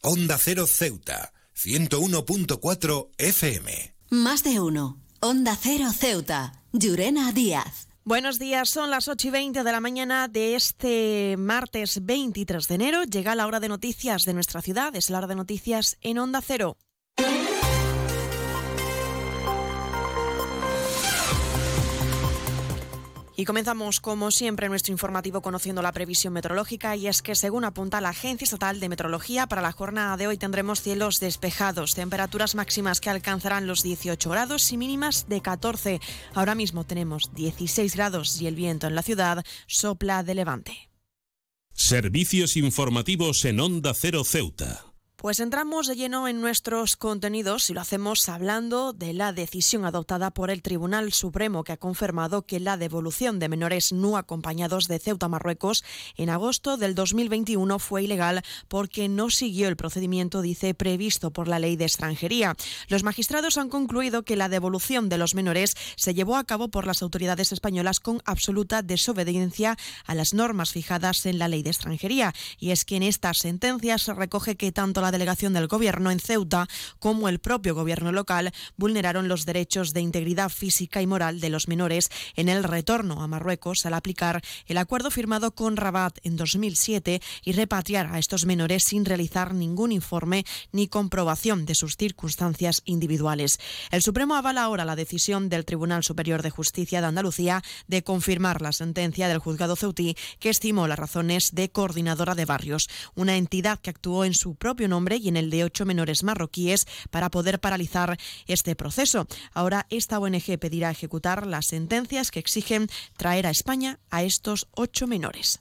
Onda Cero Ceuta, 101.4 FM. Más de uno. Onda Cero Ceuta, Llurena Díaz. Buenos días, son las 8:20 de la mañana de este martes 23 de enero. Llega la hora de noticias de nuestra ciudad, es la hora de noticias en Onda Cero. Y comenzamos, como siempre, nuestro informativo conociendo la previsión meteorológica, y es que, según apunta la Agencia Estatal de Meteorología, para la jornada de hoy tendremos cielos despejados, temperaturas máximas que alcanzarán los 18 grados y mínimas de 14. Ahora mismo tenemos 16 grados y el viento en la ciudad sopla de levante. Servicios informativos en Onda Cero Ceuta. Pues entramos de lleno en nuestros contenidos y lo hacemos hablando de la decisión adoptada por el Tribunal Supremo, que ha confirmado que la devolución de menores no acompañados de Ceuta a Marruecos en agosto del 2021 fue ilegal porque no siguió el procedimiento, dice, previsto por la Ley de Extranjería. Los magistrados han concluido que la devolución de los menores se llevó a cabo por las autoridades españolas con absoluta desobediencia a las normas fijadas en la Ley de Extranjería. Y es que en estas sentencias se recoge que tanto la delegación del Gobierno en Ceuta como el propio Gobierno local vulneraron los derechos de integridad física y moral de los menores en el retorno a Marruecos al aplicar el acuerdo firmado con Rabat en 2007 y repatriar a estos menores sin realizar ningún informe ni comprobación de sus circunstancias individuales. El Supremo avala ahora la decisión del Tribunal Superior de Justicia de Andalucía de confirmar la sentencia del juzgado ceutí, que estimó las razones de Coordinadora de Barrios, una entidad que actuó en su propio nombre y en el de 8 menores marroquíes para poder paralizar este proceso. Ahora esta ONG pedirá ejecutar las sentencias que exigen traer a España a estos 8 menores.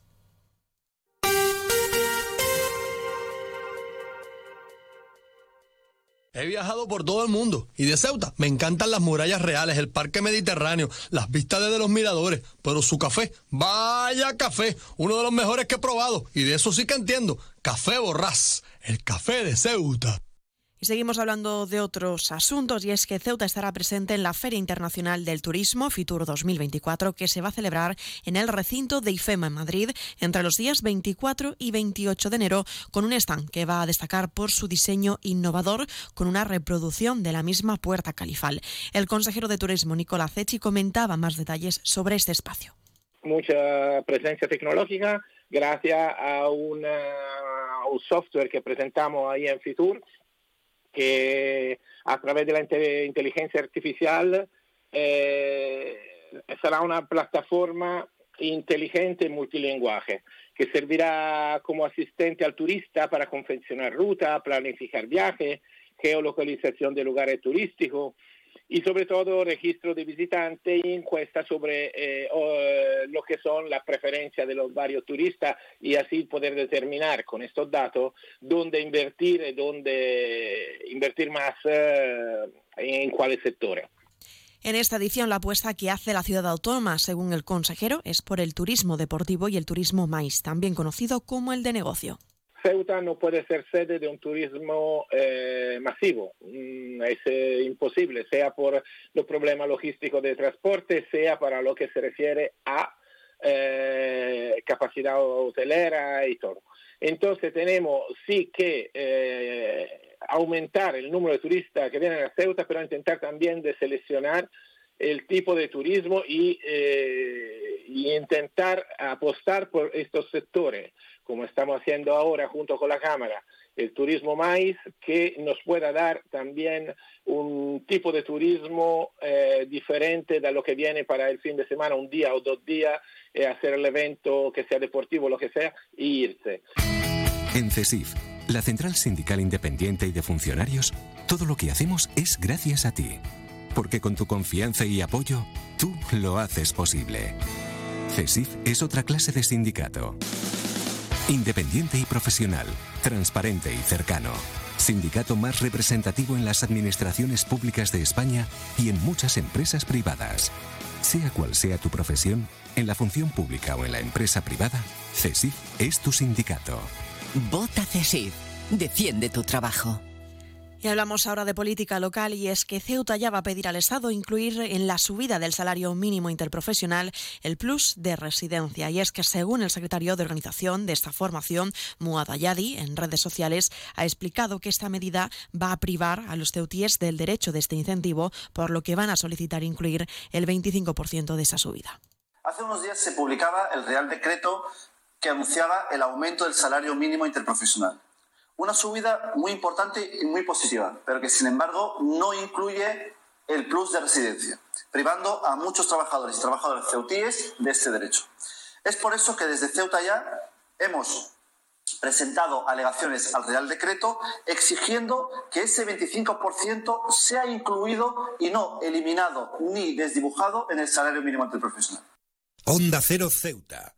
He viajado por todo el mundo y de Ceuta me encantan las murallas reales, el parque mediterráneo, las vistas desde los miradores, pero su café, vaya café, uno de los mejores que he probado, y de eso sí que entiendo, Café Borrás, el café de Ceuta. Y seguimos hablando de otros asuntos, y es que Ceuta estará presente en la Feria Internacional del Turismo, Fitur 2024, que se va a celebrar en el recinto de IFEMA en Madrid entre los días 24 y 28 de enero, con un stand que va a destacar por su diseño innovador, con una reproducción de la misma puerta califal. El consejero de Turismo, Nicolás Cecchi, comentaba más detalles sobre este espacio. Mucha presencia tecnológica gracias a un software que presentamos ahí en Fitur, que a través de la inteligencia artificial será una plataforma inteligente multilingüe que servirá como asistente al turista para confeccionar ruta, planificar viajes, geolocalización de lugares turísticos y sobre todo registro de visitantes y encuestas sobre lo que son las preferencias de los varios turistas, y así poder determinar con estos datos dónde invertir y dónde invertir más en cuáles sectores. En esta edición, la apuesta que hace la ciudad autónoma, según el consejero, es por el turismo deportivo y el turismo MAIS, también conocido como el de negocio. Ceuta no puede ser sede de un turismo masivo, es imposible, sea por los problemas logísticos de transporte, sea para lo que se refiere a capacidad hotelera y todo. Entonces tenemos sí que aumentar el número de turistas que vienen a Ceuta, pero intentar también de seleccionar el tipo de turismo y intentar apostar por estos sectores, como estamos haciendo ahora junto con la Cámara, el turismo MAIS, que nos pueda dar también un tipo de turismo diferente de lo que viene para el fin de semana, un día o 2 días, hacer el evento, que sea deportivo, lo que sea, e irse. En CESIF, la Central Sindical Independiente y de Funcionarios, todo lo que hacemos es gracias a ti. Porque con tu confianza y apoyo, tú lo haces posible. CESIF es otra clase de sindicato. Independiente y profesional, transparente y cercano. Sindicato más representativo en las administraciones públicas de España y en muchas empresas privadas. Sea cual sea tu profesión, en la función pública o en la empresa privada, CESIF es tu sindicato. Vota CESIF. Defiende tu trabajo. Y hablamos ahora de política local, y es que Ceuta ya va a pedir al Estado incluir en la subida del salario mínimo interprofesional el plus de residencia. Y es que, según el secretario de organización de esta formación, Muad Ayadi, en redes sociales ha explicado que esta medida va a privar a los ceutíes del derecho de este incentivo, por lo que van a solicitar incluir el 25% de esa subida. Hace unos días se publicaba el Real Decreto que anunciaba el aumento del salario mínimo interprofesional. Una subida muy importante y muy positiva, pero que sin embargo no incluye el plus de residencia, privando a muchos trabajadores y trabajadoras ceutíes de este derecho. Es por eso que desde Ceuta ya hemos presentado alegaciones al Real Decreto exigiendo que ese 25% sea incluido y no eliminado ni desdibujado en el salario mínimo interprofesional. Onda Cero Ceuta,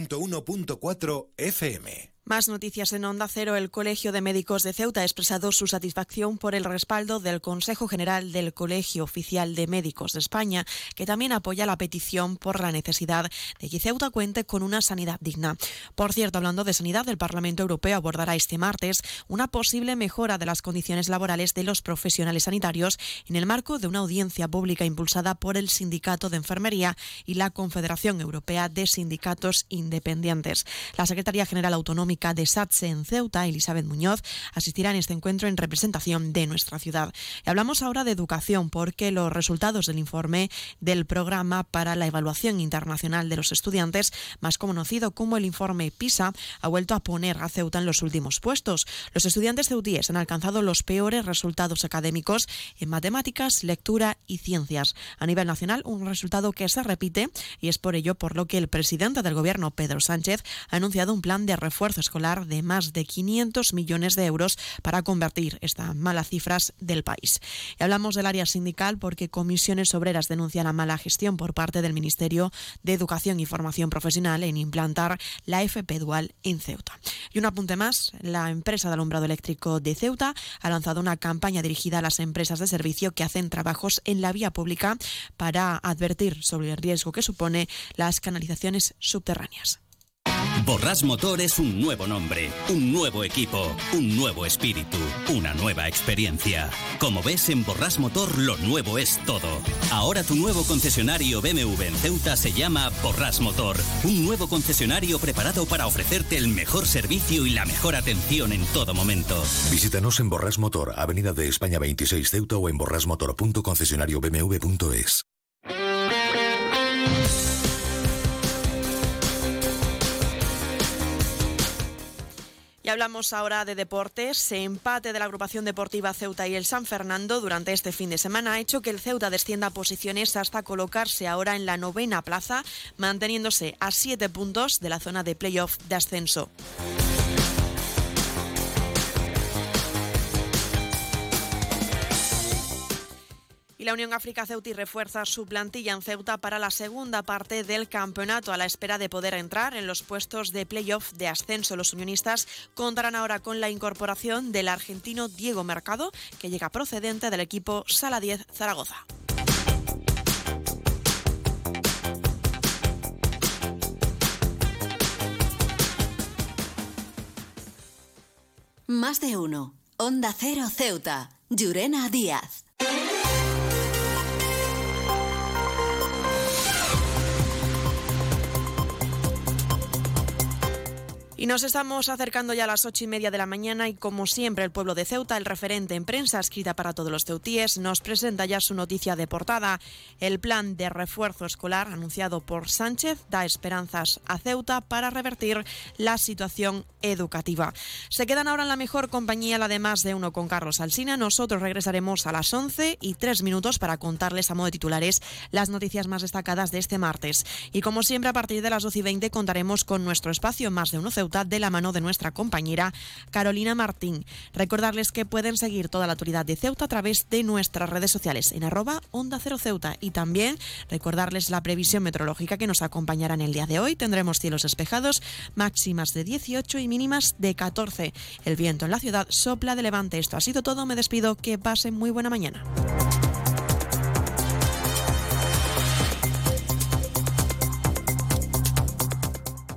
101.4 FM. Más noticias en Onda Cero. El Colegio de Médicos de Ceuta ha expresado su satisfacción por el respaldo del Consejo General del Colegio Oficial de Médicos de España, que también apoya la petición por la necesidad de que Ceuta cuente con una sanidad digna. Por cierto, hablando de sanidad, el Parlamento Europeo abordará este martes una posible mejora de las condiciones laborales de los profesionales sanitarios en el marco de una audiencia pública impulsada por el Sindicato de Enfermería y la Confederación Europea de Sindicatos Independientes. La Secretaría General Autonómica de SATSE en Ceuta, Elizabeth Muñoz, asistirá en este encuentro en representación de nuestra ciudad. Y hablamos ahora de educación, porque los resultados del informe del Programa para la Evaluación Internacional de los Estudiantes, más conocido como el informe PISA, ha vuelto a poner a Ceuta en los últimos puestos. Los estudiantes ceutíes han alcanzado los peores resultados académicos en matemáticas, lectura y ciencias. A nivel nacional, un resultado que se repite, y es por ello por lo que el presidente del Gobierno, Pedro Sánchez, ha anunciado un plan de refuerzo escolar de más de 500 millones de euros para convertir estas malas cifras del país. Y hablamos del área sindical, porque comisiones obreras denuncian la mala gestión por parte del Ministerio de Educación y Formación Profesional en implantar la FP Dual en Ceuta. Y un apunte más, la empresa de alumbrado eléctrico de Ceuta ha lanzado una campaña dirigida a las empresas de servicio que hacen trabajos en la vía pública para advertir sobre el riesgo que supone las canalizaciones subterráneas. Borràs Motor es un nuevo nombre, un nuevo equipo, un nuevo espíritu, una nueva experiencia. Como ves, en Borràs Motor lo nuevo es todo. Ahora tu nuevo concesionario BMW en Ceuta se llama Borràs Motor. Un nuevo concesionario preparado para ofrecerte el mejor servicio y la mejor atención en todo momento. Visítanos en Borràs Motor, Avenida de España 26 Ceuta, o en borrasmotor.concesionariobmw.es. Y hablamos ahora de deportes. Empate de la agrupación deportiva Ceuta y el San Fernando durante este fin de semana ha hecho que el Ceuta descienda posiciones hasta colocarse ahora en la 9ª plaza, manteniéndose a 7 puntos de la zona de playoff de ascenso. Y la Unión África Ceutí refuerza su plantilla en Ceuta para la segunda parte del campeonato, a la espera de poder entrar en los puestos de playoff de ascenso. Los unionistas contarán ahora con la incorporación del argentino Diego Mercado, que llega procedente del equipo Sala 10 Zaragoza. Más de uno. Onda Cero Ceuta. Llurena Díaz. Y nos estamos acercando ya a las 8:30 de la mañana, y como siempre el pueblo de Ceuta, el referente en prensa escrita para todos los ceutíes, nos presenta ya su noticia de portada. El plan de refuerzo escolar anunciado por Sánchez da esperanzas a Ceuta para revertir la situación educativa. Se quedan ahora en la mejor compañía, la de Más de Uno, con Carlos Alsina. Nosotros regresaremos a las 11:03 para contarles a modo de titulares las noticias más destacadas de este martes. Y como siempre, a partir de las 12:20 contaremos con nuestro espacio Más de Uno Ceuta, de la mano de nuestra compañera Carolina Martín. Recordarles que pueden seguir toda la actualidad de Ceuta a través de nuestras redes sociales en @OndaCeroCeuta, y también recordarles la previsión meteorológica que nos acompañará en el día de hoy. Tendremos cielos despejados, máximas de 18 y mínimas de 14. El viento en la ciudad sopla de levante. Esto ha sido todo, me despido, que pasen muy buena mañana.